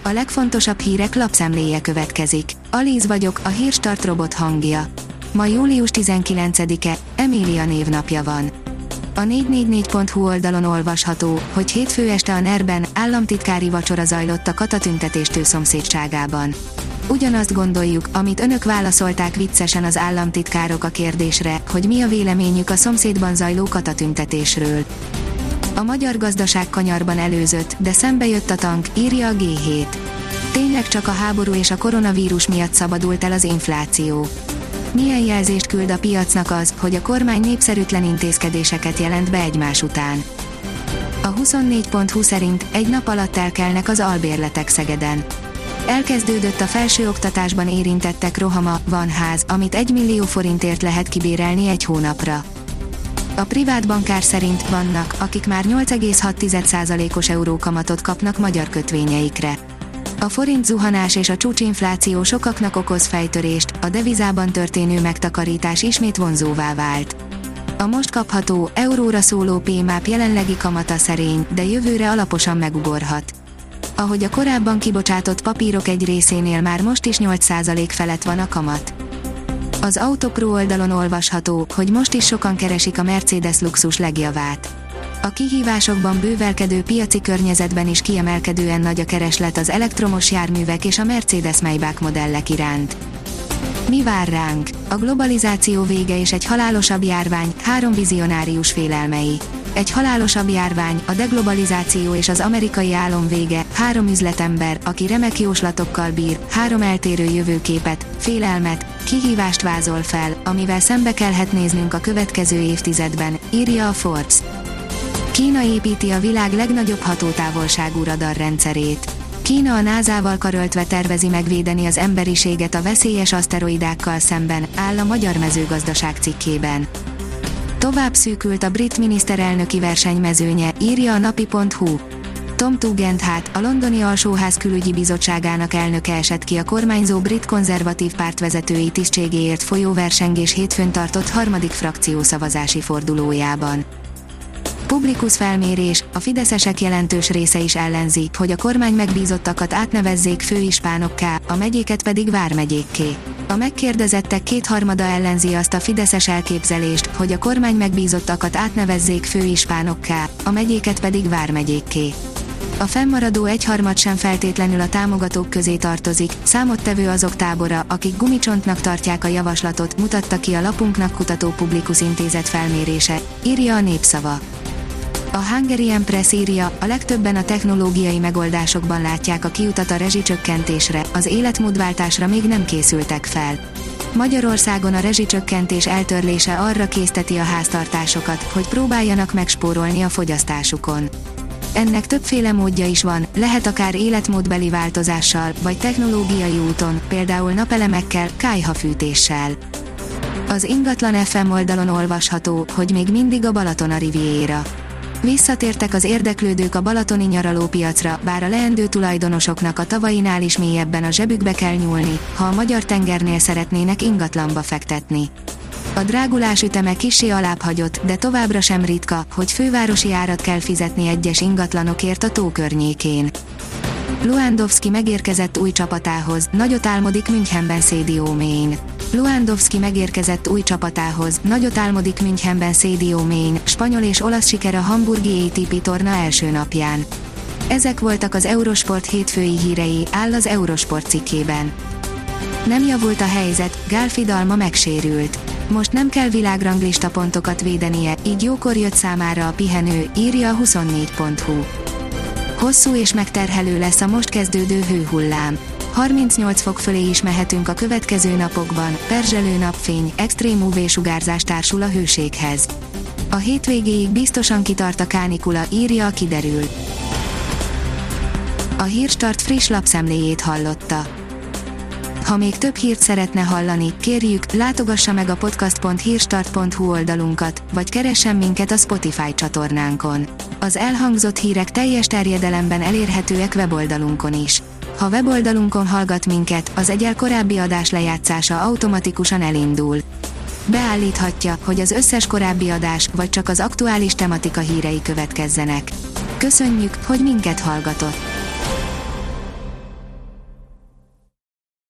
A legfontosabb hírek lapszemléje következik. Alíz vagyok, a Hírstart robot hangja. Ma július 19-e, Emília névnapja van. A 444.hu oldalon olvasható, hogy hétfő este a NER-ben államtitkári vacsora zajlott a Kata tüntetéstől szomszédságában. Ugyanazt gondoljuk, amit önök válaszolták viccesen az államtitkárok a kérdésre, hogy mi a véleményük a szomszédban zajló Kata tüntetésről. A magyar gazdaság kanyarban előzött, de szembe jött a tank, írja a G7. Tényleg csak a háború és a koronavírus miatt szabadult el az infláció. Milyen jelzést küld a piacnak az, hogy a kormány népszerűtlen intézkedéseket jelent be egymás után? A 24.hu szerint egy nap alatt elkelnek az albérletek Szegeden. Elkezdődött a felsőoktatásban érintettek rohama, van ház, amit 1 millió forintért lehet kibérelni egy hónapra. A privát bankár szerint vannak, akik már 8,6%-os eurókamatot kapnak magyar kötvényeikre. A forint zuhanás és a csúcsinfláció sokaknak okoz fejtörést, a devizában történő megtakarítás ismét vonzóvá vált. A most kapható, euróra szóló PMAP jelenlegi kamata szerény, de jövőre alaposan megugorhat. Ahogy a korábban kibocsátott papírok egy részénél már most is 8% felett van a kamat. Az Autopro oldalon olvasható, hogy most is sokan keresik a Mercedes luxus legjavát. A kihívásokban bővelkedő piaci környezetben is kiemelkedően nagy a kereslet az elektromos járművek és a Mercedes Maybach modellek iránt. Mi vár ránk? A globalizáció vége és egy halálosabb járvány, 3 vizionárius félelmei. Egy halálosabb járvány, a deglobalizáció és az amerikai álom vége, 3 üzletember, aki remek jóslatokkal bír, 3 eltérő jövőképet, félelmet, kihívást vázol fel, amivel szembe kellhet néznünk a következő évtizedben, írja a Forbes. Kína építi a világ legnagyobb hatótávolságú radarrendszerét. Kína a NASA-val karöltve tervezi megvédeni az emberiséget a veszélyes aszteroidákkal szemben, áll a Magyar Mezőgazdaság cikkében. Tovább szűkült a brit miniszterelnöki verseny mezőnye, írja a napi.hu. Tom Tugendhat, a londoni alsóház külügyi bizottságának elnöke esett ki a kormányzó brit konzervatív párt vezetői tisztségéért folyó versengés hétfőn tartott 3. frakciószavazási fordulójában. Publikus felmérés, a fideszesek jelentős része is ellenzi, hogy a kormány megbízottakat átnevezzék főispánokká, a megyéket pedig vármegyékké. A megkérdezettek 2/3 ellenzi azt a fideszes elképzelést, hogy a kormány megbízottakat átnevezzék főispánokká, a megyéket pedig vármegyékké. A fennmaradó 1/3 sem feltétlenül a támogatók közé tartozik, számottevő azok tábora, akik gumicsontnak tartják a javaslatot, mutatta ki a Lapunknak kutató Publikus Intézet felmérése, írja a Népszava. A Hungarian Press írja, a legtöbben a technológiai megoldásokban látják a kiutat a rezsicsökkentésre, az életmódváltásra még nem készültek fel. Magyarországon a rezsicsökkentés eltörlése arra készteti a háztartásokat, hogy próbáljanak megspórolni a fogyasztásukon. Ennek többféle módja is van, lehet akár életmódbeli változással, vagy technológiai úton, például napelemekkel, kályhafűtéssel. Az Ingatlan FM oldalon olvasható, hogy még mindig a Balaton a Riviera. Visszatértek az érdeklődők a balatoni nyaralópiacra, bár a leendő tulajdonosoknak a tavainál is mélyebben a zsebükbe kell nyúlni, ha a magyar tengernél szeretnének ingatlanba fektetni. A drágulás üteme kissé alább hagyott, de továbbra sem ritka, hogy fővárosi árat kell fizetni egyes ingatlanokért a tó környékén. Lewandowski megérkezett új csapatához, nagyot álmodik Münchenben Sadio Mane. Lewandowski megérkezett új csapatához, nagyot álmodik Münchenben Sadio Mane, spanyol és olasz siker a hamburgi ATP torna első napján. Ezek voltak az Eurosport hétfői hírei, áll az Eurosport cikkében. Nem javult a helyzet, Gál Fidalma megsérült. Most nem kell világranglista pontokat védenie, így jókor jött számára a pihenő, írja a 24.hu. Hosszú és megterhelő lesz a most kezdődő hőhullám. 38 fok fölé is mehetünk a következő napokban, perzselő napfény, extrém UV-sugárzás társul a hőséghez. A hétvégéig biztosan kitart a kánikula, írja a Kiderül. A Hírstart friss lapszemléjét hallotta. Ha még több hírt szeretne hallani, kérjük, látogassa meg a podcast.hírstart.hu oldalunkat, vagy keressen minket a Spotify csatornánkon. Az elhangzott hírek teljes terjedelemben elérhetőek weboldalunkon is. Ha weboldalunkon hallgat minket, az egyel korábbi adás lejátszása automatikusan elindul. Beállíthatja, hogy az összes korábbi adás, vagy csak az aktuális tematika hírei következzenek. Köszönjük, hogy minket hallgatott!